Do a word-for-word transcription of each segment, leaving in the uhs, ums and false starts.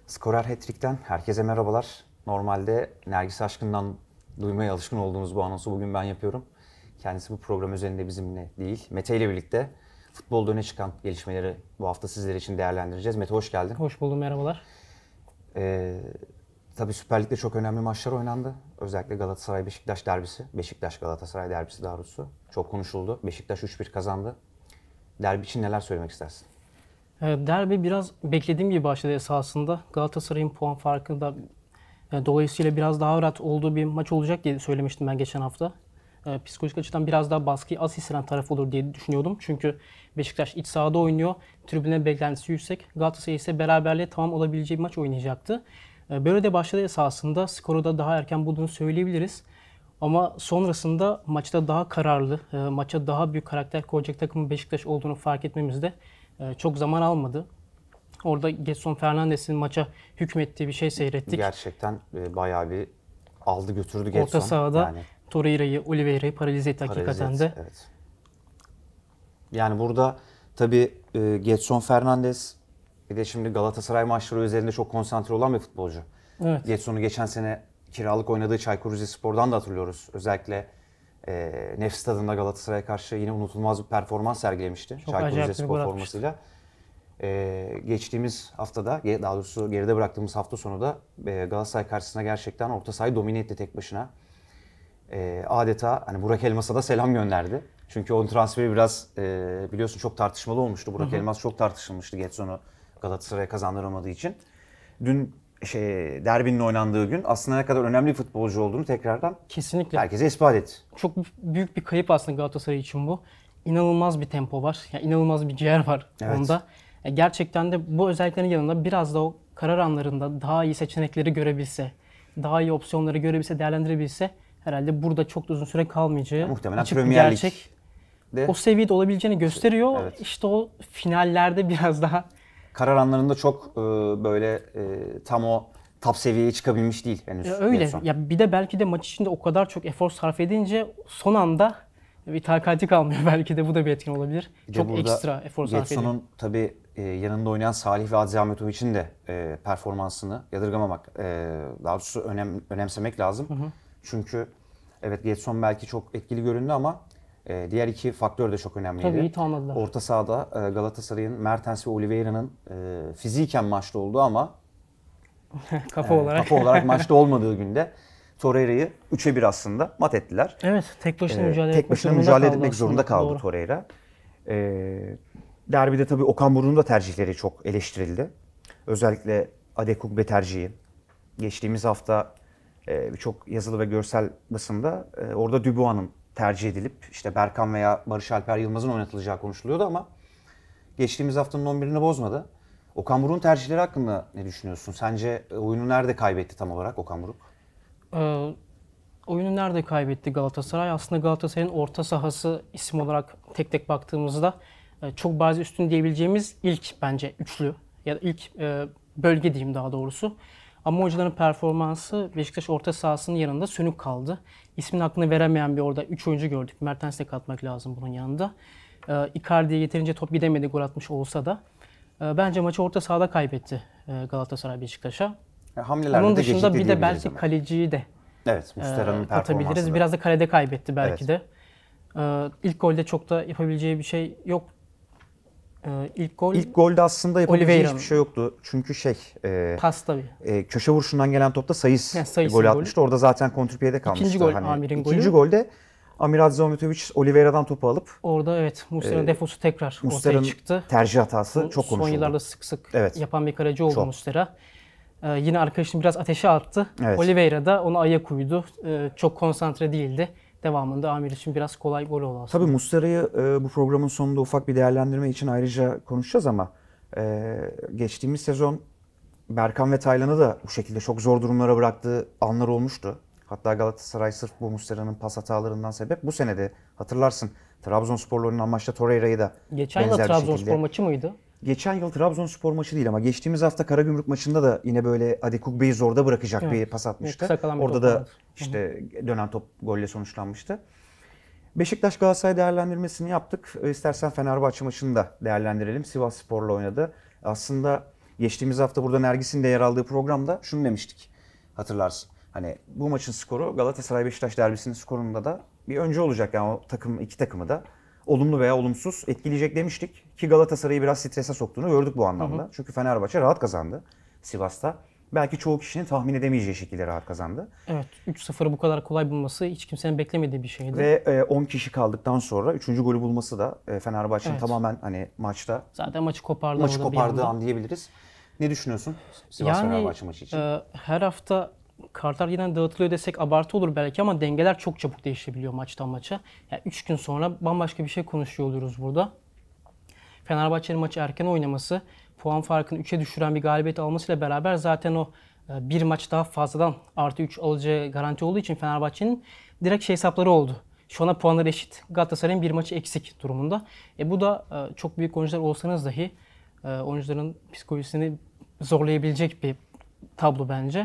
Skorer Hat-Trick'ten herkese merhabalar. Normalde Nergis Aşkın'dan duymaya alışkın olduğumuz bu anonsu bugün ben yapıyorum. Kendisi bu program üzerinde bizimle değil, Mete ile birlikte futbolda öne çıkan gelişmeleri bu hafta sizler için değerlendireceğiz. Mete hoş geldin. Hoş buldum, merhabalar. Ee, tabii Süper Lig'de çok önemli maçlar oynandı. Özellikle Galatasaray-Beşiktaş derbisi, Beşiktaş-Galatasaray derbisi daha doğrusu çok konuşuldu. Beşiktaş üç bir kazandı. Derbi için neler söylemek istersin? Derbi biraz beklediğim gibi başladı esasında. Galatasaray'ın puan farkında e, dolayısıyla biraz daha rahat olduğu bir maç olacak diye söylemiştim ben geçen hafta. E, Psikolojik açıdan biraz daha baskıyı az hisseden taraf olur diye düşünüyordum. Çünkü Beşiktaş iç sahada oynuyor. Tribüne beklentisi yüksek. Galatasaray ise beraberliğe tamam olabileceği bir maç oynayacaktı. E, Böyle de başladı esasında. Skoru da daha erken bulduğunu söyleyebiliriz. Ama sonrasında maçta daha kararlı, e, maça daha büyük karakter koyacak takımın Beşiktaş olduğunu fark etmemizde e, çok zaman almadı. Orada Gedson Fernandes'in maça hükmettiği bir şey seyrettik. Gerçekten e, bayağı bir aldı götürdü Gedson. Orta sahada Yani Torreira'yı, Oliveira'yı paralize etti hakikaten paralize de. etti, evet. Yani burada tabii e, Gedson Fernandes bir de şimdi Galatasaray maçları üzerinde çok konsantre olan bir futbolcu. Evet. Gedson'u geçen sene kiralık oynadığı Çaykur Rizespor'dan da hatırlıyoruz. Özellikle e, Nef Stadı'nda Galatasaray'a karşı yine unutulmaz bir performans sergilemişti. Çok Çaykur acayip bir Rizespor gol formasıyla. E, geçtiğimiz haftada, daha doğrusu geride bıraktığımız hafta sonu da e, Galatasaray karşısında gerçekten orta sahayı domine etti tek başına. E, adeta hani Burak Elmas'a da selam gönderdi. Çünkü onun transferi biraz e, biliyorsun çok tartışmalı olmuştu. Burak hı hı. Elmas çok tartışılmıştı Gedson'u Galatasaray'a kazandıramadığı için. Dün şey derbinin oynandığı gün aslında ne kadar önemli bir futbolcu olduğunu tekrardan Kesinlikle. herkese ispat etti. Çok büyük bir kayıp aslında Galatasaray için bu. İnanılmaz bir tempo var. Yani inanılmaz bir ciğer var Evet. onda. E, Gerçekten de bu özelliklerin yanında biraz da o karar anlarında daha iyi seçenekleri görebilse, daha iyi opsiyonları görebilse, değerlendirebilse herhalde burada çok da uzun süre kalmayacağı Muhtemelen açık bir Premier gerçek. Lig'de O seviyede olabileceğini gösteriyor. Evet. İşte o finallerde biraz daha karar anlarında çok e, böyle e, tam o top seviyeye çıkabilmiş değil henüz. ya öyle. Gedson. Ya bir de belki de maç içinde o kadar çok efor sarf edince son anda bir takati kalmıyor. Belki de bu da bir etken olabilir. Bir de Çok burada ekstra efor sarf ediyor. Gedson'un tabii e, yanında oynayan Salih ve Adzi Ahmetoviç'in de e, performansını yadırgamamak, e, daha doğrusu önem, önemsemek lazım. Hı hı. Çünkü evet Gedson belki çok etkili göründü ama e, diğer iki faktör de çok önemliydi. Tabii iyi tamamladılar. Orta sahada e, Galatasaray'ın Mertens ve Oliveira'nın e, fiziken maçta olduğu ama kafa e, olarak. kafa olarak maçta olmadığı günde Torreira'yı üçe bir aslında mat ettiler. Evet, tek başına Ee, mücadele tek etmek başına zorunda mücadele kaldı etmek aslında. zorunda kaldı Doğru. Torreira. Ee, derbide tabii Okan Buruk'un da tercihleri çok eleştirildi. Özellikle Adekugbe tercihi. Geçtiğimiz hafta e, birçok yazılı ve görsel basında e, orada Dubois'ın tercih edilip işte Berkan veya Barış Alper Yılmaz'ın oynatılacağı konuşuluyordu ama geçtiğimiz haftanın on birini bozmadı. Okan Buruk'un tercihleri hakkında ne düşünüyorsun? Sence oyunu nerede kaybetti tam olarak Okan Buruk? Ee, oyunu nerede kaybetti Galatasaray? Aslında Galatasaray'ın orta sahası isim olarak tek tek baktığımızda e, çok bariz üstün diyebileceğimiz ilk bence üçlü ya da ilk e, bölge diyeyim daha doğrusu. Ama hocaların performansı Beşiktaş orta sahasının yanında sönük kaldı. İsmini hakkını veremeyen bir orada üç oyuncu gördük. Mertens'i de katmak lazım bunun yanında. E, Icardi'ye yeterince top gidemedi gol atmış olsa da. E, bence maçı orta sahada kaybetti e, Galatasaray Beşiktaş'a. Yani hamlelerde Onun de dışında gecikti bir de diyebiliriz belki ama. kaleciyi de Evet, Muslera'nın e, performansı katabiliriz. da. Biraz da kalede kaybetti belki Evet. de. E, ilk golde çok da yapabileceği bir şey yok. E, ilk gol İlk golde aslında yapabileceği Oliveira'nın. hiçbir şey yoktu. Çünkü şey, e, pas tabii. e, köşe vuruşundan gelen topta Sayıs Yani Sayıs'ın golü golü. atmıştı. Orada zaten kontrpiyede kalmıştı. İkinci gol Amir'in ikinci golü. golde Amir Adzametoviç Oliveira'dan topu alıp Orada evet Muslera'nın Ee, defosu tekrar ortaya Muslera'nın çıktı. tercih hatası Bu çok son konuşuldu. yıllarda sık sık Evet. yapan bir kaleci oldu Çok. Muslera. E, yine arkadaşını biraz ateşe attı. Evet. Oliveira da onu ayak uydu. E, çok konsantre değildi. Devamında Amir için biraz kolay gol oldu aslında. Tabii Muslera'yı e, bu programın sonunda ufak bir değerlendirme için ayrıca konuşacağız ama e, geçtiğimiz sezon Berkan ve Taylan'ı da bu şekilde çok zor durumlara bıraktığı anlar olmuştu. Hatta Galatasaray sırf bu Muslera'nın pas hatalarından sebep bu senede hatırlarsın Trabzonspor'la oynanan maçta Torreira'yı da Geçen yıl benzer bir Trabzonspor şekilde. maçı mıydı? Geçen yıl Trabzonspor maçı değil ama geçtiğimiz hafta Karagümrük maçında da yine böyle Adekugbe'yi zorda bırakacak Evet. bir pas atmıştı. Kısa kalan bir Orada top da vardı. işte dönen top golle sonuçlanmıştı. Beşiktaş Galatasaray değerlendirmesini yaptık. İstersen Fenerbahçe maçını da değerlendirelim. Sivasspor'la oynadı. Aslında Geçtiğimiz hafta burada Nergis'in de yer aldığı programda şunu demiştik. Hatırlarsın. Hani bu maçın skoru Galatasaray Beşiktaş derbisinin skorunda da bir önce olacak. Yani o takım iki takımı da olumlu veya olumsuz etkileyecek demiştik. Ki Galatasaray'ı biraz strese soktuğunu gördük bu anlamda. Hı hı. Çünkü Fenerbahçe rahat kazandı Sivas'ta. Belki çoğu kişinin tahmin edemeyeceği şekilde rahat kazandı. Evet, üç sıfırı bu kadar kolay bulması hiç kimsenin beklemediği bir şeydi. Ve on kişi kaldıktan sonra üçüncü golü bulması da Fenerbahçe'nin evet. tamamen hani maçta zaten maçı kopardı. Maçı kopardığı an diyebiliriz. Ne düşünüyorsun Sivas yani, Fenerbahçe maçı için? E, her hafta kartlar yine dağıtılıyor desek abartı olur belki ama dengeler çok çabuk değişebiliyor maçtan maça. Yani üç gün sonra bambaşka bir şey konuşuyor oluruz burada. Fenerbahçe'nin maçı erken oynaması, puan farkını üçe düşüren bir galibiyet almasıyla beraber zaten o bir maç daha fazladan artı üç alacağı garanti olduğu için Fenerbahçe'nin direkt şey hesapları oldu. Şu ana puanları eşit. Galatasaray'ın bir maçı eksik durumunda. E bu da e, çok büyük oyuncular olsanız dahi e, oyuncuların psikolojisini zorlayabilecek bir tablo bence.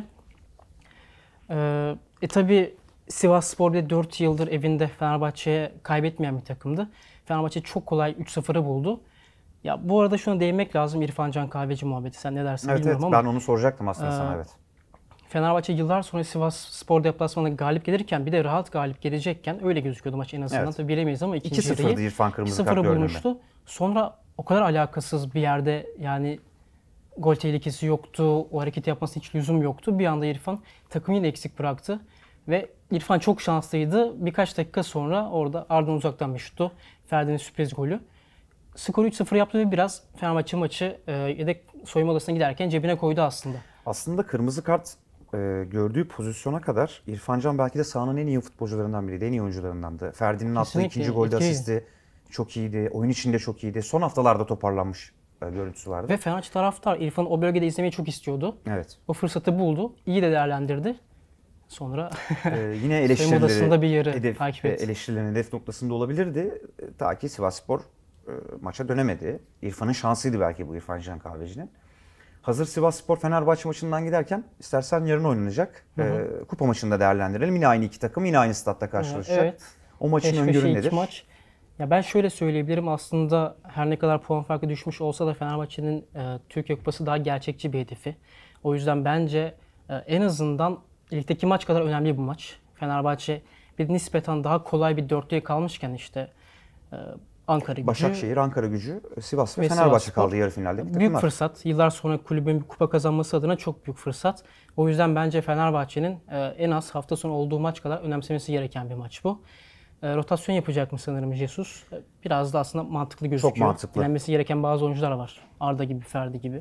E, e tabi Sivasspor bile dört yıldır evinde Fenerbahçe'ye kaybetmeyen bir takımdı. Fenerbahçe çok kolay üç sıfırı buldu. Ya bu arada şuna değinmek lazım, İrfan Can Kahveci muhabbeti. Sen ne dersin evet, bilmiyorum evet, ama. Ben onu soracaktım aslında e, sana evet. Fenerbahçe yıllar sonra Sivasspor deplasmanında galip gelirken bir de rahat galip gelecekken öyle gözüküyordu maç en azından. Evet. Tabii bilemeyiz ama ikinci iki sıfırdı İrfan kırmızı kart bulmuştu. Sonra o kadar alakasız bir yerde yani gol tehlikesi yoktu. O hareketi yapmasına hiç lüzum yoktu. Bir anda İrfan takımı yine eksik bıraktı. Ve İrfan çok şanslıydı. Birkaç dakika sonra orada ardından uzaktan bir şuttu. Ferdi'nin sürpriz golü. Skoru üç sıfır yaptı ve biraz Fenerbahçe maçı e, yedek soyunma odasına giderken cebine koydu aslında. Aslında kırmızı kart e, gördüğü pozisyona kadar İrfan Can belki de sahanın en iyi futbolcularından biriydi, en iyi oyuncularındandı. Ferdi'nin attığı ikinci golde asisti çok iyiydi, oyun içinde çok iyiydi. Son haftalarda toparlanmış e, görüntüsü vardı. Ve Fenerbahçe taraftar İrfan'ı o bölgede izlemeyi çok istiyordu. Evet. O fırsatı buldu, iyi de değerlendirdi. Sonra ee, yine eleştirileri, bir yarı hedef, takip etti. eleştirilerin hedef noktasında olabilirdi. Ta ki Sivasspor e, maça dönemedi. İrfan'ın şansıydı belki bu İrfan Can Kahveci'nin. Hazır Sivasspor Fenerbahçe maçından giderken istersen yarın oynanacak hı hı. E, kupa maçında değerlendirelim. Yine aynı iki takım yine aynı statta karşılaşacak. Evet. O maçın Beş öngörün nedir? Maç. Ya ben şöyle söyleyebilirim, aslında her ne kadar puan farkı düşmüş olsa da Fenerbahçe'nin e, Türkiye Kupası daha gerçekçi bir hedefi. O yüzden bence e, en azından ligdeki maç kadar önemli bir maç. Fenerbahçe bir nispeten daha kolay bir dörtlüye kalmışken işte e, Ankara Gücü, Başakşehir, Ankara Gücü, Sivas ve, ve Fenerbahçe Sivasspor kaldı yarı finalde. Büyük fırsat. Yıllar sonra kulübün bir kupa kazanması adına çok büyük fırsat. O yüzden bence Fenerbahçe'nin e, en az hafta sonu olduğu maç kadar önemsemesi gereken bir maç bu. E, rotasyon yapacak mı sanırım Jesus? E, biraz da aslında mantıklı gözüküyor. Çok mantıklı. Dinlenmesi gereken bazı oyuncular var. Arda gibi, Ferdi gibi.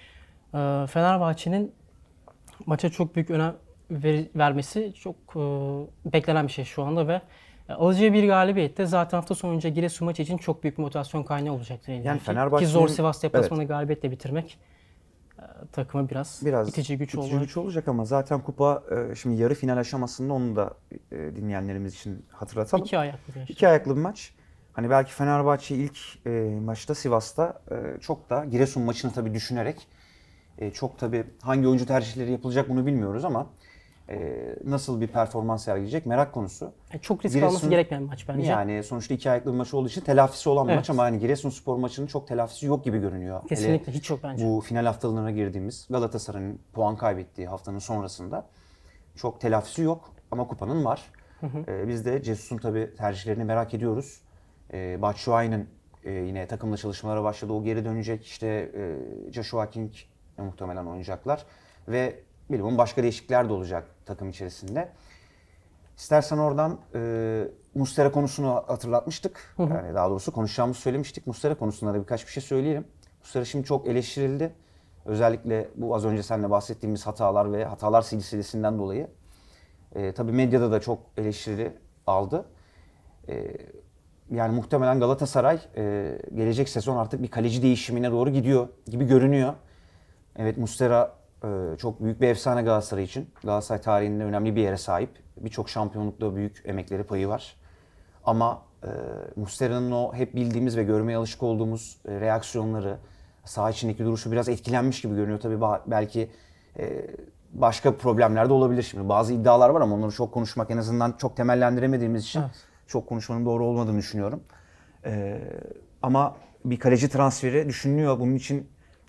E, Fenerbahçe'nin maça çok büyük önem ver, vermesi çok e, beklenen bir şey şu anda ve e, alacağı bir galibiyette zaten hafta sonunca Giresun maçı için çok büyük motivasyon kaynağı olacaktır. Yani Fenerbahçe'nin ki zor Sivas deplasmanı evet. galibiyetle bitirmek e, takımı biraz, biraz itici güç itici güç olacak ama zaten kupa e, şimdi yarı final aşamasında onu da e, dinleyenlerimiz için hatırlatalım. İki ayaklı bir İki ayaklı bir maç. Hani belki Fenerbahçe ilk e, maçta Sivas'ta e, çok da Giresun maçını tabii düşünerek e, çok tabii hangi oyuncu tercihleri yapılacak bunu bilmiyoruz ama e, nasıl bir performans sergileyecek merak konusu. E, çok risk Giresun, alması gerekmeyen maç bence. Yani sonuçta iki ayaklı bir maç olduğu için telafisi olan bir evet. maç ama hani Giresunspor maçının çok telafisi yok gibi görünüyor. Kesinlikle Hele hiç yok bence. Bu final haftalarına girdiğimiz Galatasaray'ın puan kaybettiği haftanın sonrasında çok telafisi yok ama kupanın var. Hı hı. E, biz de Jesus'un tabii tercihlerini merak ediyoruz. E, Batshuayi'nin e, yine takımla çalışmalara başladı. O geri dönecek. İşte e, Joshua King e, muhtemelen oynayacaklar. Ve bilmiyorum başka değişiklikler de olacak takım içerisinde. İstersen oradan e, Muslera konusunu hatırlatmıştık. Hı hı. Yani daha doğrusu konuşacağımızı söylemiştik. Muslera konusunda da birkaç bir şey söyleyelim. Muslera şimdi çok eleştirildi. Özellikle bu az önce seninle bahsettiğimiz hatalar ve hatalar silsilesinden dolayı. E, tabii medyada da çok eleştiri aldı. E, Yani muhtemelen Galatasaray e, gelecek sezon artık bir kaleci değişimine doğru gidiyor gibi görünüyor. Evet Muslera e, çok büyük bir efsane Galatasaray için. Galatasaray tarihinde önemli bir yere sahip. Birçok şampiyonlukta büyük emekleri payı var. Ama e, Muslera'nın o hep bildiğimiz ve görmeye alışık olduğumuz e, reaksiyonları, saha içindeki duruşu biraz etkilenmiş gibi görünüyor. Tabii belki e, başka problemler de olabilir şimdi. Bazı iddialar var ama onları çok konuşmak en azından çok temellendiremediğimiz için evet. çok konuşmanın doğru olmadığını düşünüyorum. Ee, ama bir kaleci transferi düşünülüyor. Bunun için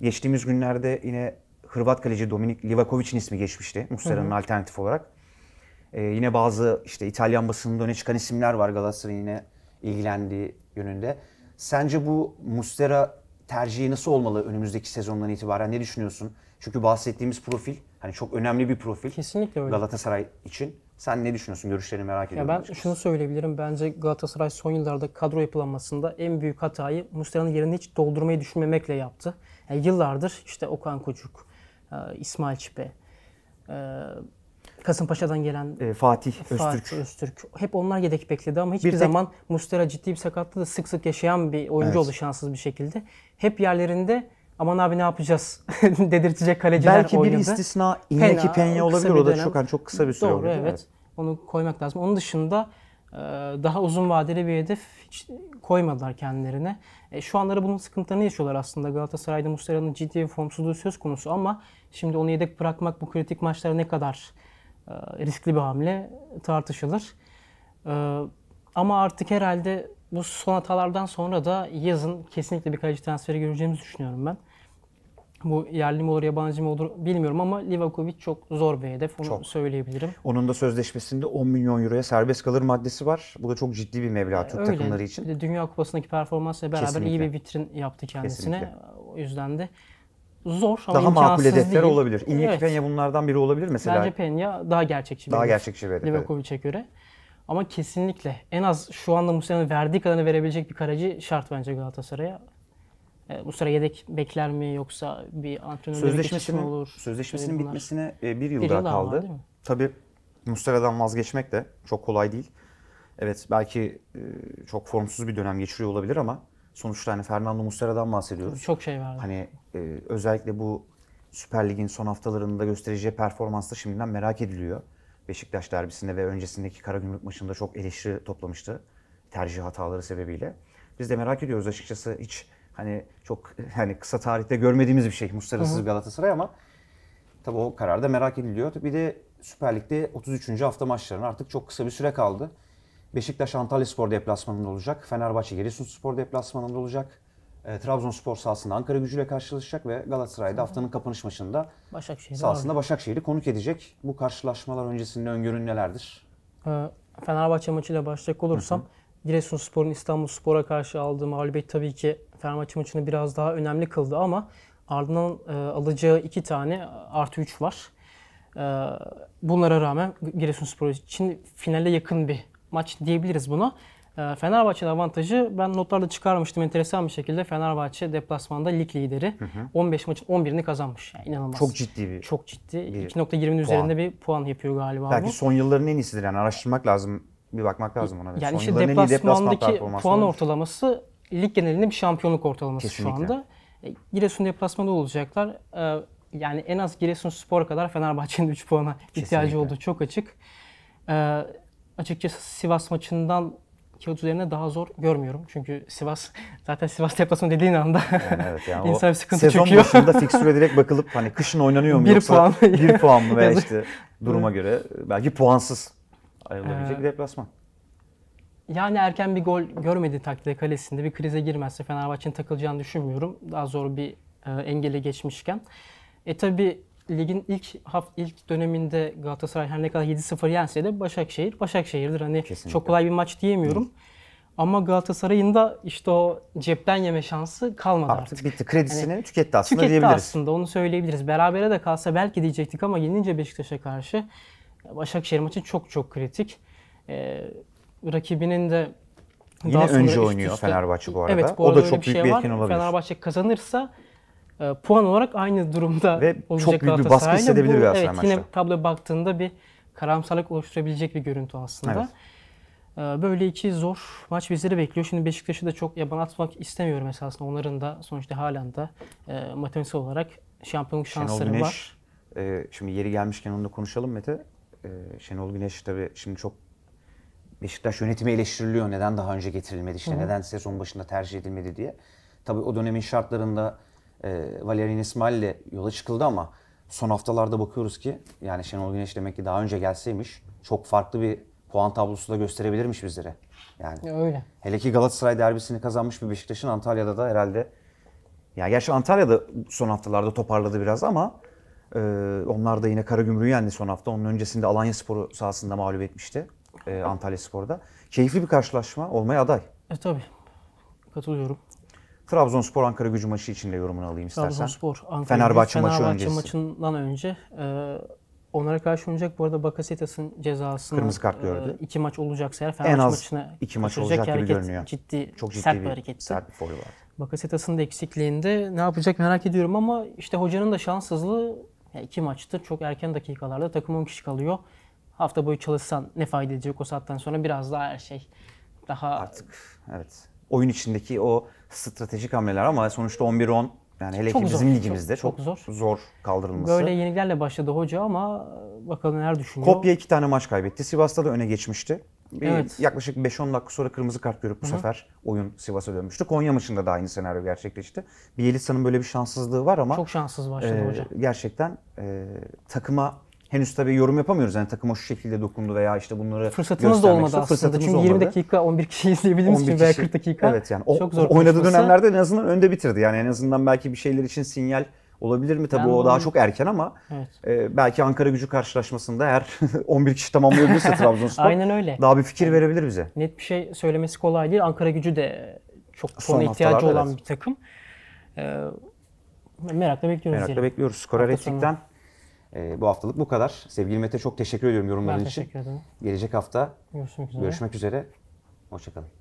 Geçtiğimiz günlerde yine Hırvat kaleci Dominik Livakovic'in ismi geçmişti Muslera'nın alternatif olarak. Ee, yine bazı işte İtalyan basınında öne çıkan isimler var Galatasaray'ın yine ilgilendiği yönünde. Sence bu Muslera tercihi nasıl olmalı önümüzdeki sezondan itibaren? Ne düşünüyorsun? Çünkü bahsettiğimiz profil hani çok önemli bir profil. Kesinlikle öyle. Galatasaray için. Sen ne düşünüyorsun? Görüşlerini merak Ya ediyorum. ben açıkçası. şunu söyleyebilirim. Bence Galatasaray son yıllarda kadro yapılanmasında en büyük hatayı Muslera'nın yerini hiç doldurmayı düşünmemekle yaptı. Yani yıllardır işte Okan Kocuk, e, İsmail Çipe, e, Kasımpaşa'dan gelen Ee, Fatih Öztürk. Fatih Öztürk. Hep onlar yedek bekledi ama hiçbir Bir tek- zaman Muslera ciddi bir sakatlığı da sık sık yaşayan bir oyuncu Evet. oldu şanssız bir şekilde. Hep yerlerinde aman abi ne yapacağız dedirtecek kaleciler Belki oynadı. bir istisna Iñaki Peña kısa olabilir. bir O da dönem. çok hani çok kısa bir süre Doğru oldu, değil mi? evet. Onu koymak lazım. Onun dışında e, daha uzun vadeli bir hedef hiç koymadılar kendilerine. E, şu anları bunun sıkıntılarını yaşıyorlar aslında. Galatasaray'da Muslera'nın ciddi bir formsuzluğu söz konusu ama şimdi onu yedek bırakmak bu kritik maçlara ne kadar e, riskli bir hamle tartışılır. E, ama artık herhalde bu son hatalardan sonra da yazın kesinlikle bir kaleci transferi göreceğimizi düşünüyorum ben. Bu yerli mi olur, yabancı mı olur bilmiyorum ama Livakovic çok zor bir hedef. Onu Çok. söyleyebilirim. Onun da sözleşmesinde on milyon euroya serbest kalır maddesi var. Bu da çok ciddi bir meblağ Türk Öyle. takımları Bir için. de Dünya Kupası'ndaki performansla beraber Kesinlikle. iyi bir vitrin yaptı kendisine. Kesinlikle. O yüzden de zor ama Daha makul imkansız hedefler değil. olabilir. Iñaki Evet. Peña bunlardan biri olabilir mesela. Bence Peña daha gerçekçi bir Daha hedef gerçekçi bir hedef, evet. Livakovic'e göre. Ama kesinlikle en az şu anda Muslera'nın verdiği kadarını verebilecek bir kaleci şart bence Galatasaray'a. E, Muslera yedek bekler mi yoksa bir antrenörle bir geçiş mi Sözleşmesinin, olur? sözleşmesinin Tabii bunlar- bitmesine e, bir yıl Bir daha yıl daha var, kaldı. değil mi? Tabii Muslera'dan vazgeçmek de çok kolay değil. Evet belki e, çok formsuz bir dönem geçiriyor olabilir ama sonuçta hani Fernando Muslera'dan bahsediyoruz. Çok şey vardı. Hani e, özellikle bu Süper Lig'in son haftalarında göstereceği performans da şimdiden merak ediliyor. Beşiktaş derbisinde ve öncesindeki Karagümrük maçında çok eleştiri toplamıştı tercih hataları sebebiyle. Biz de merak ediyoruz açıkçası, hiç hani çok hani kısa tarihte görmediğimiz bir şey Muslera'sız Galatasaray ama tabii o karar da merak ediliyor. Bir de Süper Lig'de otuz üçüncü hafta maçlarına artık çok kısa bir süre kaldı. Beşiktaş Antalyaspor deplasmanında olacak. Fenerbahçe Giresunspor deplasmanında olacak. E, Trabzonspor sahasında Ankara Gücü'yle karşılaşacak ve Galatasaray'da haftanın kapanış maçında Başakşehir'de sahasında var. Başakşehir'i konuk edecek. Bu karşılaşmalar öncesinde öngörün nelerdir? Ee, Fenerbahçe maçıyla başlayacak olursam Giresunspor'un İstanbulspor'a karşı aldığı mağlubiyet tabii ki Fenerbahçe maçını biraz daha önemli kıldı ama ardından e, alacağı iki tane artı üç var. E, bunlara rağmen Giresunspor için finale yakın bir maç diyebiliriz buna. E, Fenerbahçe'nin avantajı ben notlarda çıkarmıştım enteresan bir şekilde. Fenerbahçe deplasmanda lig lideri. on beş maçın on birini kazanmış. Yani inanılmaz. Çok ciddi bir Çok ciddi. bir iki nokta yirminin puan. üzerinde bir puan yapıyor galiba Belki bu. son yılların en iyisidir yani, araştırmak lazım. Bir bakmak lazım ona. Yani son işte yılların en iyi deplasman deplasmandaki performansı puan olmuş. ortalaması lig genelinde bir şampiyonluk ortalaması Kesinlikle. şu anda. E, Giresun deplasmanda olacaklar. E, yani en az Giresunspor kadar Fenerbahçe'nin üç puana ihtiyacı Kesinlikle. olduğu çok açık. E, açıkçası Sivas maçından kağıt üzerine daha zor görmüyorum. Çünkü Sivas zaten Sivas deplasmanı dediğin anda Yani evet yani insan o bir sıkıntı sezon çekiyor. başında fikstüre direkt bakılıp hani kışın oynanıyor mu Bir yoksa puan. bir puan mı veya Ya da- işte duruma göre belki puansız ayrılabilecek bir deplasman. Yani erken bir gol görmediği takdirde kalesinde bir krize girmezse Fenerbahçe'nin takılacağını düşünmüyorum. Daha zor bir e, engele geçmişken. E tabi ligin ilk haft ilk döneminde Galatasaray her ne kadar yedi sıfır yense de Başakşehir Başakşehir'dir. Hani Kesinlikle. çok kolay bir maç diyemiyorum. Ama Galatasaray'ın da işte o cepten yeme şansı kalmadı artık. Artık bitti. Kredisini tüketti aslında Tüketti diyebiliriz. aslında, onu söyleyebiliriz. Berabere de kalsa belki diyecektik ama yenince Beşiktaş'a karşı Başakşehir maçı çok çok kritik. Ee, rakibinin de Yine daha sonra önce üst oynuyor üste- Fenerbahçe bu arada. Evet, bu O arada da öyle çok büyük şey bir var. etken olabilir. Fenerbahçe kazanırsa e, puan olarak aynı durumda Ve olacak çok büyük bir baskı Galatasaray'la. hissedebilir Bu, Galatasaray evet, maçta. yine tabloya baktığında bir karamsarlık oluşturabilecek bir görüntü aslında. Evet. Ee, Böyle iki zor maç bizleri bekliyor. Şimdi Beşiktaş'ı da çok yaban atmak istemiyorum esasında. Onların da sonuçta halen de e, matematiksel olarak şampiyonluk Şenol şansları Güneş, var. e, şimdi yeri gelmişken onu da konuşalım Mete. E, Şenol Güneş tabii şimdi çok Beşiktaş yönetimi eleştiriliyor. Neden daha önce getirilmedi, işte neden sezon başında tercih edilmedi diye. Tabii o dönemin şartlarında e, Valerian İsmail ile yola çıkıldı ama son haftalarda bakıyoruz ki yani Şenol Güneş demek ki daha önce gelseymiş çok farklı bir puan tablosu da gösterebilirmiş bizlere. Yani Öyle. hele ki Galatasaray derbisini kazanmış bir Beşiktaş'ın Antalya'da da herhalde Ya gerçi Antalya'da son haftalarda toparladı biraz ama e, onlar da yine Karagümrük'ü yendi son hafta. Onun öncesinde Alanyaspor'u sahasında mağlup etmişti e, Antalyaspor'da. Keyifli bir karşılaşma olmaya aday. E tabii. Katılıyorum. Trabzonspor Ankaragücü maçı için de yorumunu alayım istersen. Trabzonspor, Ankara Fenerbahçe Gücü, maçı Fenerbahçe öncesi. maçından önce e, onlara karşı oynayacak. Bu arada Bakasetas'ın cezasını Kırmızı kart gördü. E, iki maç olacaksa eğer En Fenerbahçe az maçına iki maç kaçıracak olacak gibi hareket görünüyor. Ciddi, Çok ciddi sert bir, bir hareketti. sert bir foul var. Bakasetas'ın da eksikliğinde ne yapacak merak ediyorum ama işte hocanın da şanssızlığı ya iki maçtır çok erken dakikalarda takım on kişi kalıyor. Hafta boyu çalışsan ne fayda edecek o saatten sonra biraz daha her şey daha Artık evet. Oyun içindeki o stratejik hamleler ama sonuçta on bir on yani hele Çok ki zor, bizim çok- ligimizde çok, çok zor. zor kaldırılması. böyle yeniliklerle başladı hoca ama bakalım neler düşünüyor. Kopya iki tane maç kaybetti. Sivas'ta da öne geçmişti. Bir Evet. Yaklaşık beş on dakika sonra kırmızı kart görüp bu sefer oyun Sivas'a dönmüştü. Konya maçında da aynı senaryo gerçekleşti. Bielitsa'nın böyle bir şanssızlığı var ama Çok şanssız başladı e, hoca. gerçekten e, takıma henüz tabii yorum yapamıyoruz. Yani takıma şu şekilde dokundu veya işte bunları Fırsatımız da göstermek olmadı istiyor. aslında. Fırsatımız Çünkü yirmi olmadı. dakika on bir kişi izleyebildiğimiz on bir için veya kişi. kırk dakika Evet yani o, çok zor oynadığı koşması. dönemlerde en azından önde bitirdi. Yani en azından belki bir şeyler için sinyal olabilir mi? Tabii Ben o daha onu- çok erken ama Evet. e, belki Ankaragücü karşılaşmasında eğer on bir kişi tamamlayabilirse Trabzonspor Aynen öyle. daha bir fikir verebilir bize. Net bir şey söylemesi kolay değil. Ankara Gücü de çok Son puana ihtiyacı haftalarda olan evet. bir takım. Ee, merakla bekliyoruz Merakla diyelim. bekliyoruz. Skorer Hafta sonu. Ettik'ten e, bu haftalık bu kadar. Sevgili Mete çok teşekkür ediyorum yorumların Ben için. teşekkür ederim. Gelecek hafta Görüşmek üzere. görüşmek üzere. Hoşçakalın.